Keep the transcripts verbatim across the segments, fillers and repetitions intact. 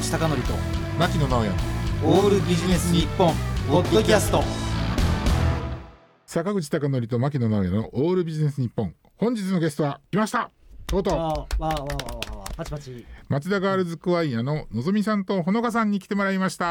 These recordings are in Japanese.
口貴則と牧野直哉オールビジネス日本ポッドキャスト。 坂口貴則と牧野直哉のオールビジネス日本、本日のゲストは来ました。とうとうわーわーわーわーわーパチパチ。 松田ガールズクワイアののぞみさんとほのかさんに来てもらいました。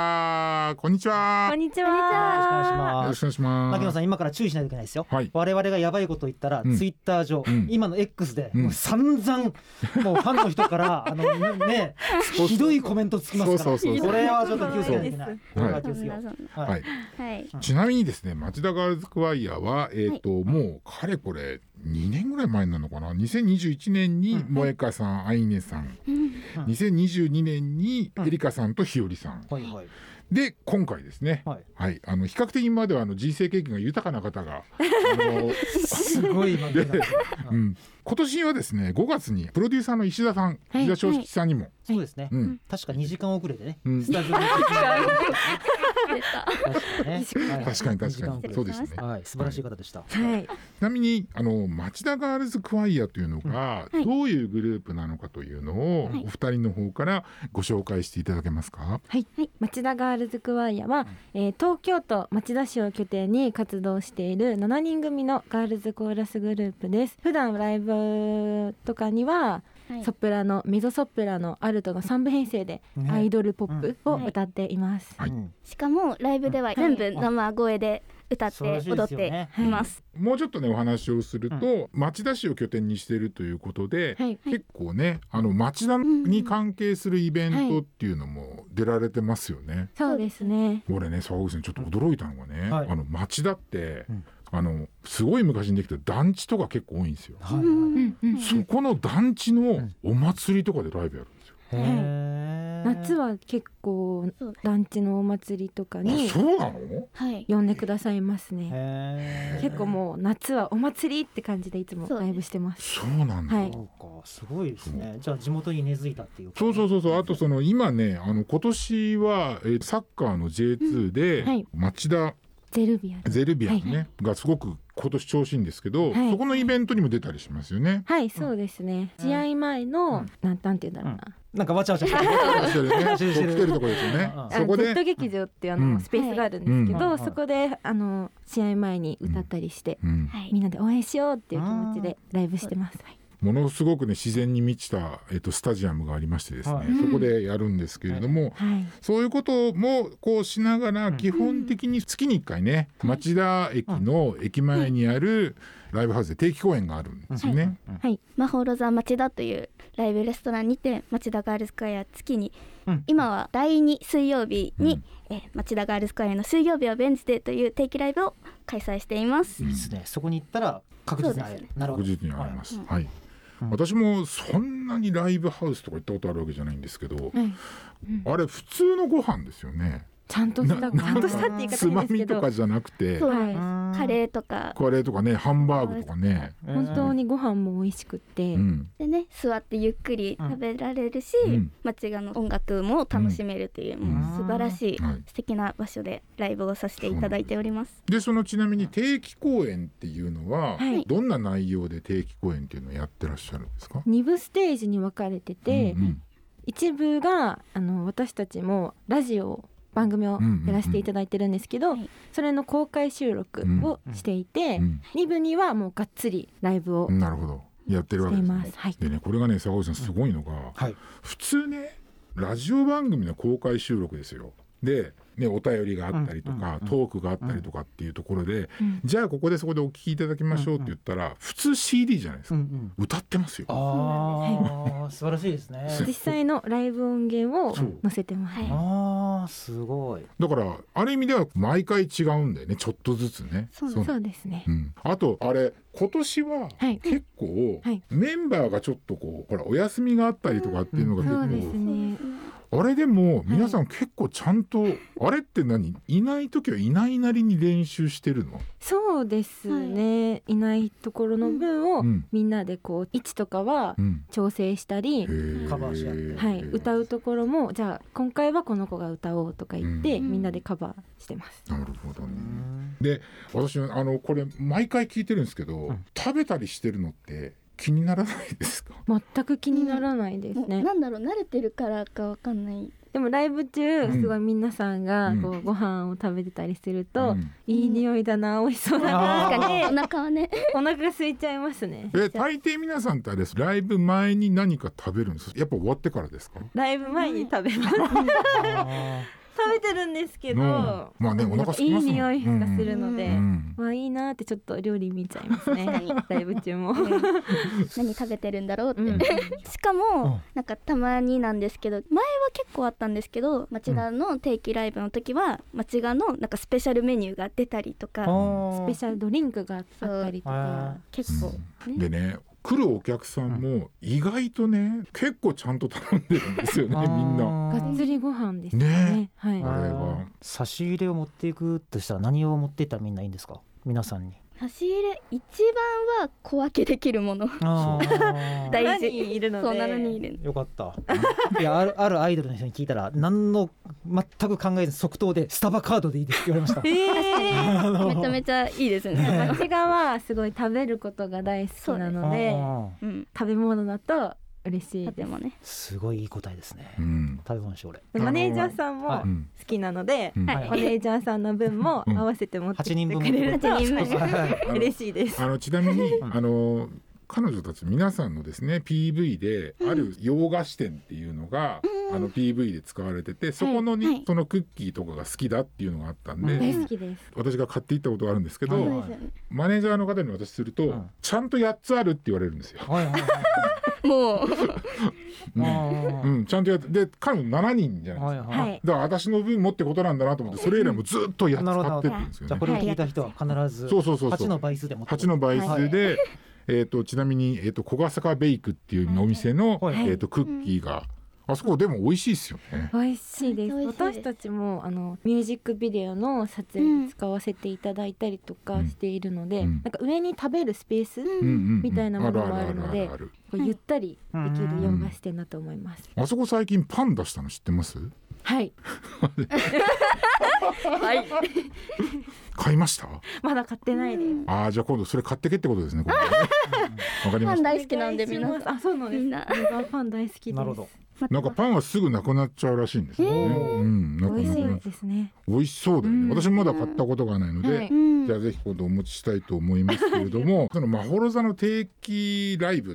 こんにちは。 こんにちは。 よろしくお願いします。 よろしくお願いします。 牧野さん、今から注意しないといけないですよ、 はい、 我々がやばいこと言ったら、 うん、 ツイッター上、うん、今の X で、うん、もう散々もうファンの人からあの、ね、ひどいコメントつきますから、 そうそうそうそう、 これはちょっと気をつけないといけない。 はいはい、ちなみにですね、町田ガールズクワイアは、えーとはい、もうかれこれにねんぐらい前なのかな、にせんにじゅういちねんに萌香さん、愛音さん、うん、にせんにじゅうにねんにエリカさんとひよりさん、はいはい、で今回ですね、はいはい、あの比較的今まではあの人生経験が豊かな方があのすごい今で、 うん、今年はですねごがつにプロデューサーの石田さん、はい、石田正式さんにも、はい、 そうですね、うん、確かにじかん遅れでね、うん、スタジオに確かに確かにそうですね、 はい、素晴らしい方でした、 はい、ちなみにあの町田ガールズクワイアというのがどういうグループなのかというのを、はい、お二人の方からご紹介していただけますか。 はい、はい、町田ガールズクワイアは、うんえー、東京都町田市を拠点に活動しているしちにん組のガールズコーラスグループです。普段ライブとかにははい、ソプラノ、メゾソプラノ、アルトのさんぶ編成でアイドルポップを歌っています、 はいはい、しかもライブでは全部生声で歌って踊っています、 はい、もうちょっとねお話をすると、うん、町田市を拠点にしているということで、はい、結構ねあの町田に関係するイベントっていうのも出られてますよね、はい、 そうですね。 俺ね沢口さんちょっと驚いたのがね、はい、あの町田って、うんあのすごい昔にできた団地とか結構多いんですよ、はい、そこの団地のお祭りとかでライブやるんですよ、 へー、夏は結構団地のお祭りとかにそうなの、 はい、呼んでくださいますね。へー、結構もう夏はお祭りって感じでいつもライブしてます。 そうなんだ、はい、 そうか、すごいですね。じゃあ地元に根付いたっていうか。 そうそうそうそう。あとその今ねあの今年は、えー、サッカーの ジェイツー で、うんはい、町田ゼルビアゼルビアね、はいはい、がすごく今年調子いいんですけど、はい、そこのイベントにも出たりしますよね。 はい、そうですね、うん、試合前の、うん、なんなんて言うんだろうな、うん、 なんかわちゃわちゃしてるね来てるところですよねそこで Z 劇場っていうあの、うん、スペースがあるんですけど、うん、そこであの試合前に歌ったりして、うん、みんなで応援しようっていう気持ちでライブしてます、はい、 ものすごくね自然に満ちた、えっと、スタジアムがありましてですね、はい、そこでやるんですけれども、はい、そういうこともこうしながら基本的に月にいっかいね、うん、町田駅の駅前にあるライブハウスで定期公演があるんですよね、 はいはい、マホロザ町田というライブレストランにて町田ガールズクワイア月に、うん、今はだいに水曜日に、うん、え町田ガールズクワイアの水曜日はベンチでという定期ライブを開催しています。 いいですね、そこに行ったら確実に会える、ね、 確実に会えます、はいはいうん、私もそんなにライブハウスとか行ったことあるわけじゃないんですけど、うん、あれ普通のご飯ですよね。 ちゃんとしたちゃんとしたって言い方ですけどつまみとかじゃなくて、 はい、カレーとかカレーとかね、ハンバーグとかね、 本当にご飯も美味しくって、うん、 でね座ってゆっくり食べられるし、うん、町田の音楽も楽しめるという、うん、素晴らしい、はい、素敵な場所でライブをさせていただいております。 でそのちなみに定期公演っていうのは、はい、どんな内容で定期公演っていうのをやってらっしゃるんですか？ に部ステージに分かれてて、うんうん、一部があの私たちもラジオ番組をやらせていただいてるんですけど、うんうんうん、それの公開収録をしていて、うんうん、に部にはもうがっつりライブをなるほどやってるわけですね、はい、でねこれがね坂口さんすごいのが、うんはい、普通ねラジオ番組の公開収録ですよ。でね、お便りがあったりとか、うんうんうん、トークがあったりとかっていうところで、うん、じゃあここでそこでお聞きいただきましょうって言ったら、うんうん、普通 シーディー じゃないですか、うんうん、歌ってますよ。 あー素晴らしいですね。 実際のライブ音源を載せてます。 あーすごい。 だからある意味では毎回違うんだよね、ちょっとずつね。 そう、そう、そうですね、 うん、あとあれ今年は結構、はい、メンバーがちょっとこうほらお休みがあったりとかっていうのが結構、うん、そうですね。あれでも皆さん結構ちゃんと、はい、あれって何いない時はいないなりに練習してるの？ そうですね、はい、いないところの分を、うん、みんなでこう位置とかは調整したり、 うん、カバーし合って、 はい、歌うところもじゃあ今回はこの子が歌おうとか言って、うん、みんなでカバーしてます。 なるほどね。で私あのこれ毎回聞いてるんですけど、うん、食べたりしてるのって気にならないですか？ 全く気にならないですね、 うん、なんだろう慣れてるからかわかんないでもライブ中すごい皆さんがこうご飯を食べてたりすると、うん、いい匂いだな、美味しそうだな、 確かにお腹はねお腹が空いちゃいますね。 え大抵皆さんってあれです、ライブ前に何か食べるんですか？やっぱ終わってからですか？ ライブ前に食べます食べてるんですけど、うん、 まあね、お腹空きますもん。 いい匂いがするので、 うん、 まあいいなってちょっと料理見ちゃいますねライブ中も何食べてるんだろうって、うん、しかもなんかたまになんですけど、前は結構あったんですけど、町田の定期ライブの時は町田のなんかスペシャルメニューが出たりとか、 スペシャルドリンクがあったりとか結構、 うん、でね、来るお客さんも意外とね、結構ちゃんと頼んでるんですよねみんな。 がっつりご飯ですね。 ね、 はい、 あれは差し入れを持っていくとしたら何を持っていったらみんないいんですか？皆さんに差し入れ一番は小分けできるもの大事。 いるのでそうななにんいる。 よかったいやある、あるアイドルの人に聞いたら何の全く考えず即答でスタバカードでいいですって言われました。 えー、めちゃめちゃいいですね。 町田はすごい食べることが大好きなので、うん、食べ物だと嬉しいでもね。 すごいいい答えですね、 うん、 食べ物しよう。 俺マネージャーさんも好きなので、うん、はい、マネージャーさんの分も合わせて持ってきてくれると嬉しいです。 あのちなみにあの彼女たち皆さんのですね ピーブイ である洋菓子店っていうのが、うん、あの ピーブイ で使われてて、そこのに、はい、そのクッキーとかが好きだっていうのがあったんで、 大好きです。 私が買っていったことがあるんですけど、はい、マネージャーの方に渡しすると、うん、ちゃんとやっつあるって言われるんですよ、はいはいはい、 もう、ね、うん、ちゃんとやってで彼もしちにんじゃないですか、はいはい、だから私の分もってことなんだなと思って、それ以来もずっとやっつ買ってってるんですよね。 じゃあこれを聞いた人は必ずはちの倍数で持ってはちの倍数で、はい、えー、とちなみに、えー、と小笠坂ベイクっていうお店の、はい、えー、とクッキーが、うん、あそこでも美味しいですよね。 美味しいです。私たちもあのミュージックビデオの撮影に使わせていただいたりとかしているので、うん、なんか上に食べるスペース、うん、みたいなものもあるので、ゆったりできる洋菓子店だと思います、 うん、あそこ最近パン出したの知ってます？ はいはい買いました？ まだ買ってないです。 ああ、じゃあ今度それ買ってけってことですね。わかりました。 パン大好きなんで皆さん。 あ、そうなんです。みんなパン大好きです。 なるほど。 なんかパンはすぐなくなっちゃうらしいんですよね。うん、なんか美味しいですね。 美味しそうだよね。私もまだ買ったことがないので、はい、じゃあぜひ今度お持ちしたいと思いますけれども、そのまほろ座の定期ライブって、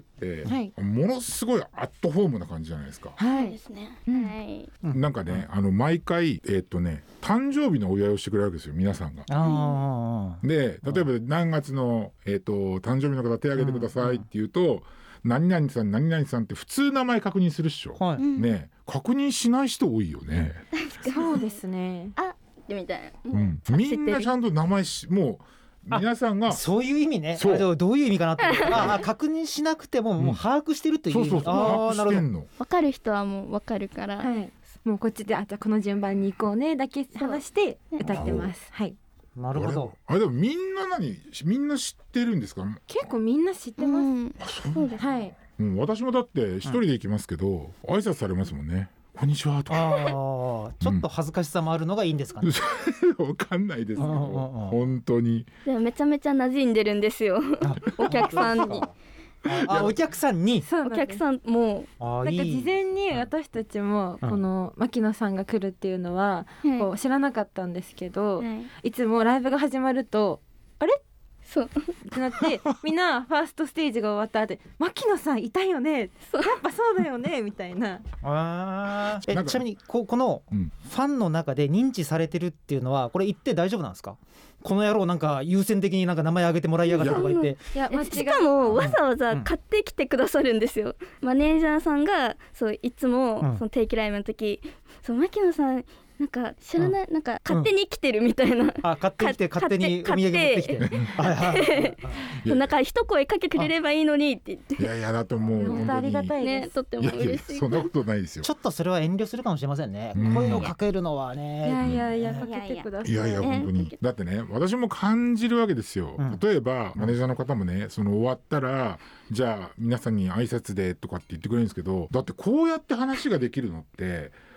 はい、ものすごいアットホームな感じじゃないですか。 はいですね。はい。 なんかね、あの毎回えー、っとね誕生日のお祝いをしてくれるわけですよ、皆さんが。あで、例えば何月のえー、っと誕生日の方手挙げてくださいって言うと。何々さん何々さんって普通名前確認するっしょ、はい、ね、確認しない人多いよね。 そうですね。 あみたいな、 うん、みんなちゃんと名前しもう皆さんがそういう意味ね。そうどういう意味かなってあ確認しなくてももう把握してるという意味、うん、そうそうそう把握してんの。 分かる人はもう分かるから、はい、 もうこっちであじゃあこの順番に行こうねだけ話して歌ってます。はい。 なるほど。 あれでもみんな何みんな知ってるんですか？ 結構みんな知ってます、うん、 あそうです、はい、うん、私もだって一人で行きますけど、うん、挨拶されますもんね。こんにちはとか。あちょっと恥ずかしさもあるのがいいんですかね。 わかんないですけど本当にでもめちゃめちゃ馴染んでるんですよお客さんにあお客さんにお客さんもなんか事前に私たちもこの牧野さんが来るっていうのはこう知らなかったんですけど、はい、いつもライブが始まるとあれそうってなってみんなファーストステージが終わった後で牧野さんいたよねやっぱそうだよねみたいな。あえちなみに こ, このファンの中で認知されてるっていうのはこれ言って大丈夫なんですか？この野郎なんか優先的になんか名前挙げてもらいやがったとか言って。 いやしかもわざわざ買ってきてくださるんですよ、うん、マネージャーさんがそういつもその定期ライブの時、うん、そう牧野さんなんか知らない、うん、なんか勝手に来てるみたいな、うん、 あ勝手に来て勝手にお土産持ってきてなんか一声かけてくれればいいのにって言って。 いやいやだともう本当ありがたいです、 ね、とっても嬉しい。いやいやそんなことないですよ。 ちょっとそれは遠慮するかもしれませんね、うん、声をかけるのはね。 いやいやいやかけてください。 いやいや本当にだってね私も感じるわけですよ、うん、例えばマネージャーの方もねその終わったらじゃあ皆さんに挨拶でとかって言ってくれるんですけど、だってこうやって話ができるのって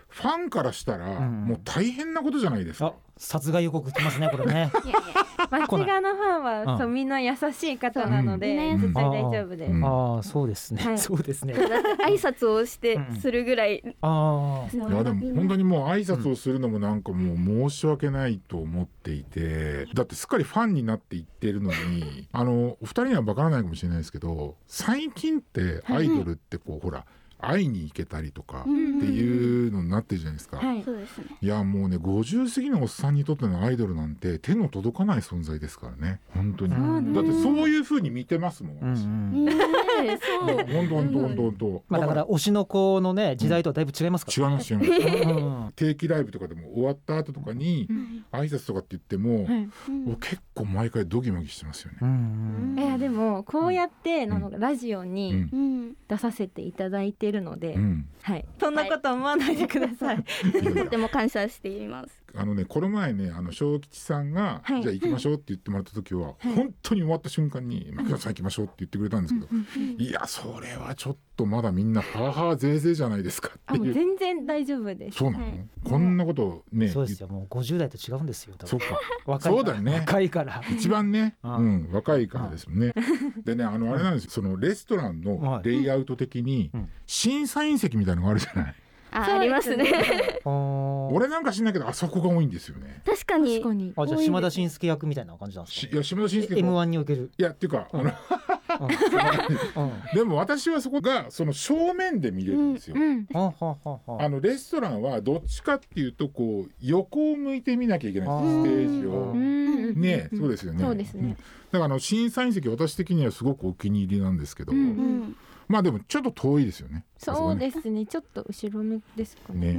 ファンからしたらもう大変なことじゃないですか、うん、 殺害予告来ますねこれねいやいや町側のファンは、うん、そうみんな優しい方なので、うん、絶対大丈夫です、 うん、ああそうですね、はい、そうですね挨拶をしてするぐらい、うん、 あいやでも本当にもう挨拶をするのもなんかもう申し訳ないと思っていて、だってすっかりファンになっていってるのにあのお二人には分からないかもしれないですけど、最近ってアイドルってこう、はい、ほら会いに行けたりとかっていうのになってるじゃないですか、 はい、そうですね。 いやもうねごじゅう過ぎのおっさんにとってのアイドルなんて手の届かない存在ですからね本当に、だってそういう風に見てますもん、私、うんうん、そう本当本当本当本当、 まあ、だから推しの子のね時代とはだいぶ違いますから、 ね、違います違います定期ライブとかでも終わった後とかに挨拶とかって言っても、うん、結構毎回ドギマギしてますよね、うんうん、いやでもこうやって、うん、あのラジオに出させていただいてるので、うんはい、そんなこと思わないでください、 はい、とても感謝しています。 あのねこの前ねあの小吉さんが、はい、じゃあ行きましょうって言ってもらった時は、はい、本当に終わった瞬間に牧野さん行きましょうって言ってくれたんですけど、いやそれはちょっとまだみんなははぜいぜいじゃないですかっていう。 あもう全然大丈夫です。 そうなの、はい、こんなことねそうですよ、もうごじゅう代と違うんですよ。 そうか若いから、 そうだよね、 若いから一番ね、うん、若いからですもんね。でねあのあれなんですよ、そのレストランのレイアウト的に審査員席みたいなのがあるじゃない。 あ, ありますね俺なんか知んないけどあそこが多いんですよね。 確かに。 あじゃあ島田紳介役みたいな感じなんですか。 いや島田紳介 エムワン におけるいやっていうか、うん、あのでも私はそこがその正面で見れるんですよ、うんうん、あのレストランはどっちかっていうとこう横を向いて見なきゃいけないステージをね、そうですよね。 そうですね。 だからあの審査員席私的にはすごくお気に入りなんですけど、うんうんまあでもちょっと遠いですよね。 そうですね、ちょっと後ろ目ですかね。ね、うん、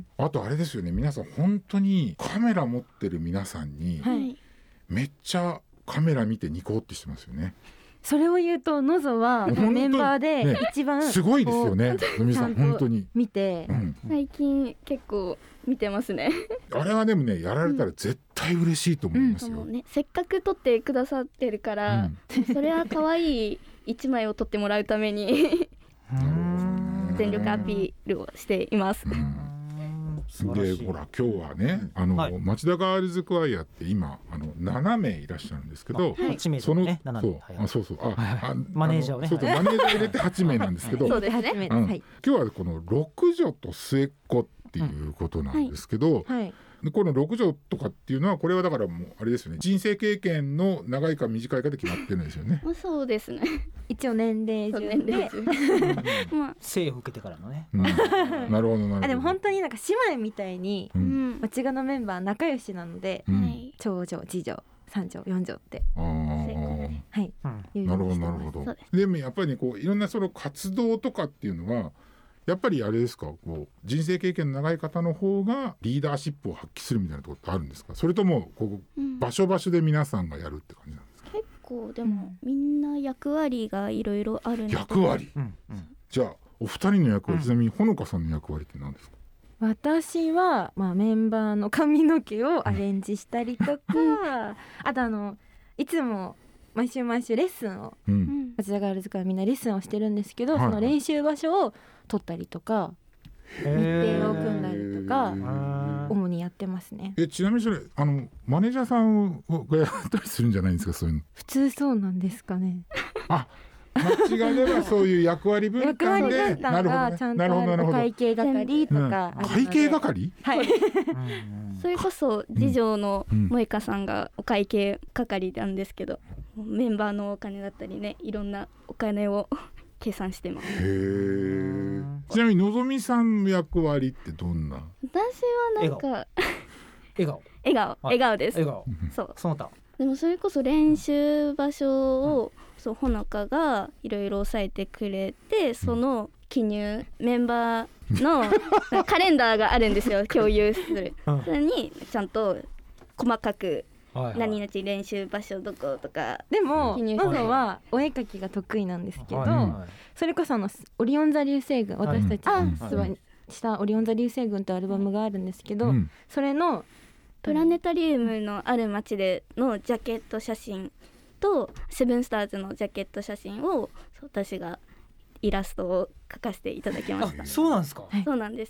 あとあれですよね、皆さん本当にカメラ持ってる皆さんに、はい、めっちゃカメラ見てニコってしてますよね。 それを言うとノゾはメンバーで一番、ね、 すごいですよね。のみさん本当に見て、うん、 最近結構見てますね。 あれはでもねやられたら絶対嬉しいと思いますよ、 うんね、せっかく撮ってくださってるから、うん、それは可愛い一枚を撮ってもらうために全力アピールをしています。 でほら今日はねあの、はい、町田ガールズクワイアって今あのななめいいらっしゃるんですけど、 はちめいその、 ね、 そうあそうそうあ、はいはい、 マネージャーをねそうそうマネージャー入れてはちめいなんですけどそうですね、 うんはい、今日はこのろくじょと末っ子っていうことなんですけど、はいはいでこのろくじょとかっていうのはこれはだからもうあれですよね、人生経験の長いか短いかで決まってるんですよね。 そうですね、 一応年齢順で生を受けてからのね、 うん、なるほどなるほど。 あでも本当になんか姉妹みたいに、うん、町がのメンバー仲良しなので、うん、長女次女三女四女ってあ、はい、 うん、なるほどなるほど。でもやっぱりねこういろんなその活動とかっていうのはやっぱりあれですか、こう人生経験の長い方の方がリーダーシップを発揮するみたいなところってあるんですか、それともこう、うん、場所場所で皆さんがやるって感じなんですか。 結構でも、うん、みんな役割がいろいろあるので。 役割、うんうん、じゃあお二人の役割、ちなみにほのかさんの役割って何ですか。 私は、まあ、メンバーの髪の毛をアレンジしたりとかあとあのいつも毎週毎週レッスンを、うん、町田ガールズからみんなレッスンをしてるんですけど、はいはい、その練習場所を取ったりとか日程を組んだりとか主にやってますね。 えちなみにそれあのマネージャーさんがやったりするんじゃないんですか、そういうの。 普通そうなんですかね。 あ町がではそういう役割分担で役割分担がちゃんとある、お会計係とか、 うん、会計係、 はいそれこそ次女の萌香さんがお会計係なんですけど、うん、メンバーのお金だったりね、いろんなお金を計算してます。 へー。ちなみにのぞみさんの役割ってどんな。 私はなんか笑顔笑顔笑顔です。 笑顔そうその他でもそれこそ練習場所を、うん、そうほのかがいろいろ抑えてくれて、その記入メンバーのカレンダーがあるんですよ共有する、うん、それにちゃんと細かく何々練習場所どことか。 でもまずはお絵描きが得意なんですけど、はいはい、それこそあのオリオン座流星群、私たちが出演したオリオン座流星群というアルバムがあるんですけど、うん、それのプラネタリウムのある街でのジャケット写真とセブンスターズのジャケット写真を私がイラストを描かせていただきました。 あ、そうなんですか。 はい、そうなんです。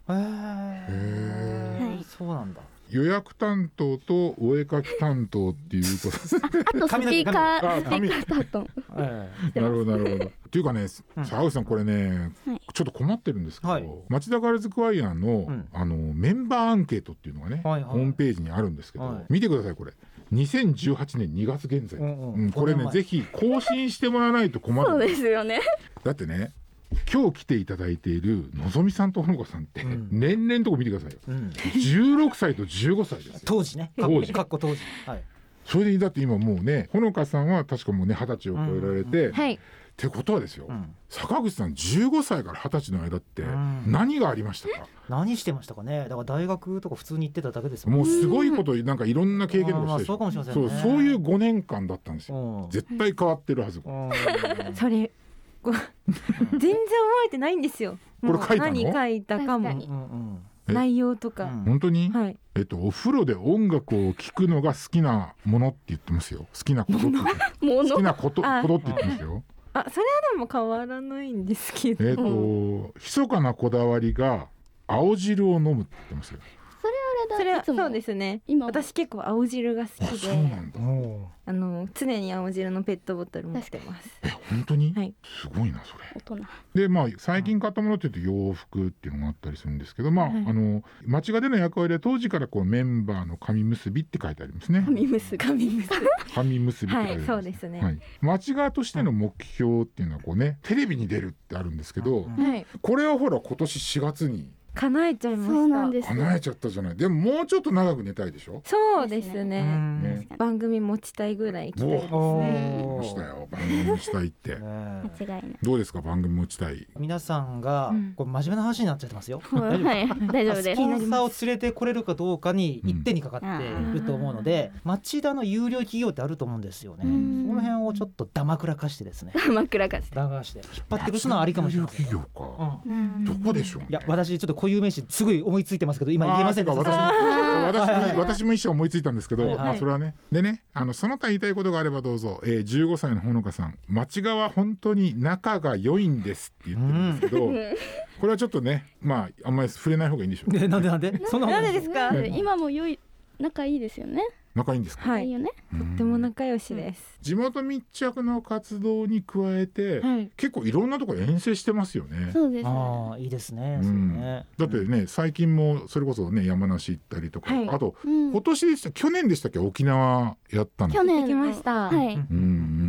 へえ、はい、そうなんだ。 予約担当とお絵描き担当っていうことですね。 あ, あとスピーカー、スピーカー担当。 なるほどなるほど。っていうかね、坂口さんこれね、はい、ちょっと困ってるんですけど、はい、町田ガールズクワイアの、うん、あのメンバーアンケートっていうのがね、はいはい、ホームページにあるんですけど、はい、見てくださいこれ。にせんじゅうはちねんにがつ現在、うんうんうん、これねぜひ更新してもらわないと困る。 そうですよね。 だってね、今日来ていただいているのぞみさんとほのかさんって、うん、年齢のとこ見てくださいよ、うん、じゅうろくさいとじゅうごさいですよ。 当時ね、 当時かっこ当時、はい、 それでだって今もうね、ほのかさんは確かもうねはたちを超えられて、うんうん、はい、ってことはですよ、うん、坂口さんじゅうごさいからはたちの間って何がありましたか？ うん、何してましたかね。だから大学とか普通に行ってただけですもんね。 もうすごいことなんかいろんな経験とかしてる。 そうかもしれませんね。 そう、そういうごねんかんだったんですよ、うん、絶対変わってるはず。うん、 それ全然覚えてないんですよ。 これ書いたの？ 何書いたかも、内容とか。 本当に、 はい、 えっと、お風呂で音楽を聴くのが好きなものって言ってますよ。好きなことって好きなことことって言ってますよ。 あ、それはでも変わらないんですけど、 えっと、密かなこだわりが青汁を飲むって言ってますよ。 それはそうですね。今私結構青汁が好きで、 そうなんだ。 あの常に青汁のペットボトル持ってます。 え、本当に、 はい、 すごいなそれ。大人で、まあ最近買ったものって言うと洋服っていうのがあったりするんですけど、まあ、はい、あの町がでの役割で当時からこうメンバーの紙結びって書いてありますね。 紙結び紙結び紙結びって書いてあります。 はい、そうですね。 はい、町側としての目標っていうのはこうね、テレビに出るってあるんですけど、はい、これはほら今年しがつに叶えちゃいました。 そうなんです。 叶えちゃったじゃない。でももうちょっと長く寝たいでしょ。 そうですね。ね、番組持ちたいぐらい行きたいですね。 ましたよ、番組持ちたいって間違いない。 どうですか、番組持ちたい。 皆さんが、うん、これ真面目な話になっちゃってますよ。 はい、大丈夫です。 スポンサーを連れてこれるかどうかに一手にかかっていると思うので、うん、町田の有料企業ってあると思うんですよね。その辺をちょっとダマくらかしてですね。 ダマくらかして。 ダマして引っ張ってくるのはありかもしれない。 企業か。うん、どこでしょう。 いや、私ちょっと固有名詞すぐ思いついてますけど今言えませんでした。 私も私も一瞬思いついたんですけど、はいはい、まあそれはね。でね、あのその他言いたいことがあればどうぞ。えー、じゅうごさいのほのかさん、町側本当に仲が良いんですって言ってるんですけど、うん、これはちょっとね、まああんまり触れない方がいいんでしょう。 なんでなんで？ そんななんでですか？ 今も良い仲いいですよね。 仲いいんですか？ はい、とっても仲良しです。 地元密着の活動に加えて、はい、結構いろんなところ遠征してますよね。 そうですね。 ああ、いいですね。 うん、ね、だってね、最近もそれこそね山梨行ったりとか、はい、あと、うん、今年でした去年でしたっけ、沖縄やったの。 去年行きました。 はい、うんうん、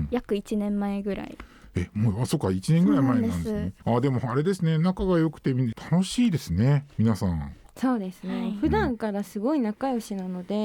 約いちねんまえぐらい。 え、もうあ、そうか、いちねんぐらい前なんですね。あ、でもあれですね、仲が良くて楽しいですね、皆さん。 そうですね、はい、普段からすごい仲良しなので、うん、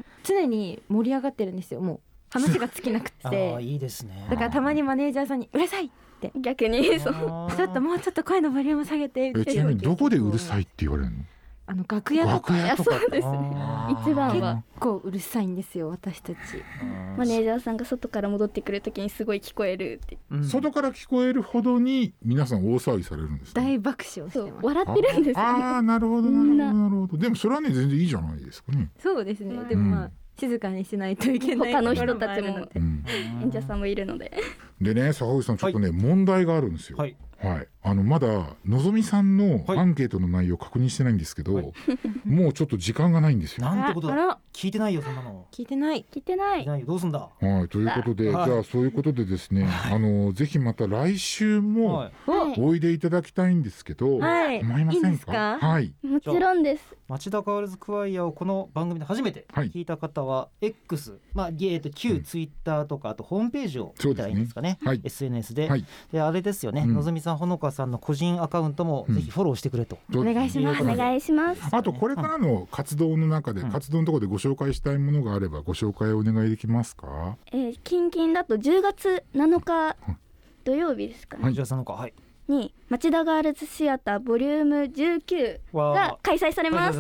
常に盛り上がってるんですよ。もう話が尽きなくてあ、いいですね。 だからたまにマネージャーさんにうるさいって逆にそうちょっともうちょっと声のボリューム下げてって。 ちなみにどこでうるさいって言われるの？ あの楽屋とか。 楽屋とか。 そうですね、一番は結構うるさいんですよ、私たち。 マネージャーさんが外から戻ってくるときにすごい聞こえるって、 うん、外から聞こえるほどに皆さん大騒ぎされるんです、ね、 大爆笑してます。 笑ってるんですよ、ね、 ああ、なるほどなるほどなるほど。でもそれはね全然いいじゃないですかね。 そうですね、でもまあ、うん、静かにしないといけない他の人たちも、うん、演者さんもいるので。でね、坂口さんちょっとね、はい、問題があるんですよ。はいはい、あのまだのぞみさんのアンケートの内容確認してないんですけど、はい、もうちょっと時間がないんですよ。 なんてことだ。聞いてないよ、そんなの。 聞いてない聞いてない。 どうすんだ。 はい、ということで、はい、じゃあそういうことでですね、はい、あのぜひまた来週もおいでいただきたいんですけど、 はい、 構いませんか？いいですか？はい、 もちろんです。 町田ガールズクワイアをこの番組で初めて聞いた方は、はい、X、まあ、えーと旧ツイッターとか、あとホームページを見たらいいんですかね、はい、エスエヌエス で、はい、であれですよね、うん、のぞみさんほのかさんの個人アカウントもぜひフォローしてくれと、 うん、お願いします。 お願いします。 あとこれからの活動の中で、うん、活動のところでご紹介したいものがあればご紹介お願いできますか？ えー、近々だとじゅうがつなのか土曜日ですかね、 はい、じゅうがつなのか、はい、 に町田ガールズシアターボリュームじゅうきゅうが開催されます。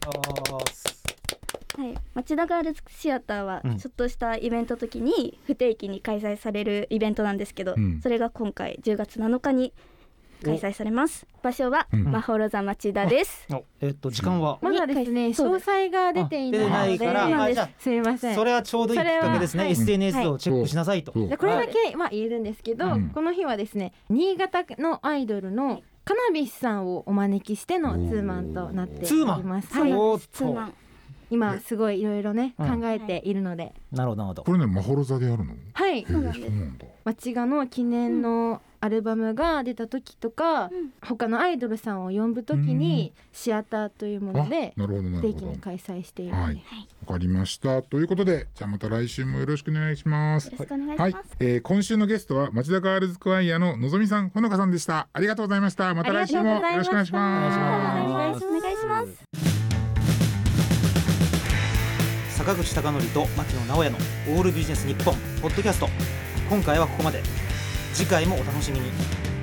はい、町田ガールズシアターはちょっとしたイベント時に不定期に開催されるイベントなんですけど、うん、それが今回じゅうがつなのかに開催されます。場所はまほろ座町田です。 うん、えっと時間はまだですね、詳細が出ていないので、 あ、 すみません。 それはちょうどいいきっかけですね。はい、エスエヌエス をチェックしなさいと。 はい、これだけは言えるんですけど、うん、この日はですね、新潟のアイドルのカナビスさんをお招きしてのツーマンとなっております。 はい、ツーマン今すごいいろいろね、うん、考えているので、 なるほどなるほど。 これね、まほろ座でやるの？ はい、そうなんです。町画の記念のアルバムが出た時とか、うん、他のアイドルさんを呼ぶ時にシアターというもので定期に開催しているので、はい、 わかりました。ということで、じゃあまた来週もよろしくお願いします。 よろしくお願いします。はい、 えー、今週のゲストは町田ガールズクワイアののぞみさん、ほのかさんでした。ありがとうございました。また来週もよろしくお願いします。 お願いします。 坂口孝則と牧野直哉のオールビジネス日本ポッドキャスト、今回はここまで。次回もお楽しみに。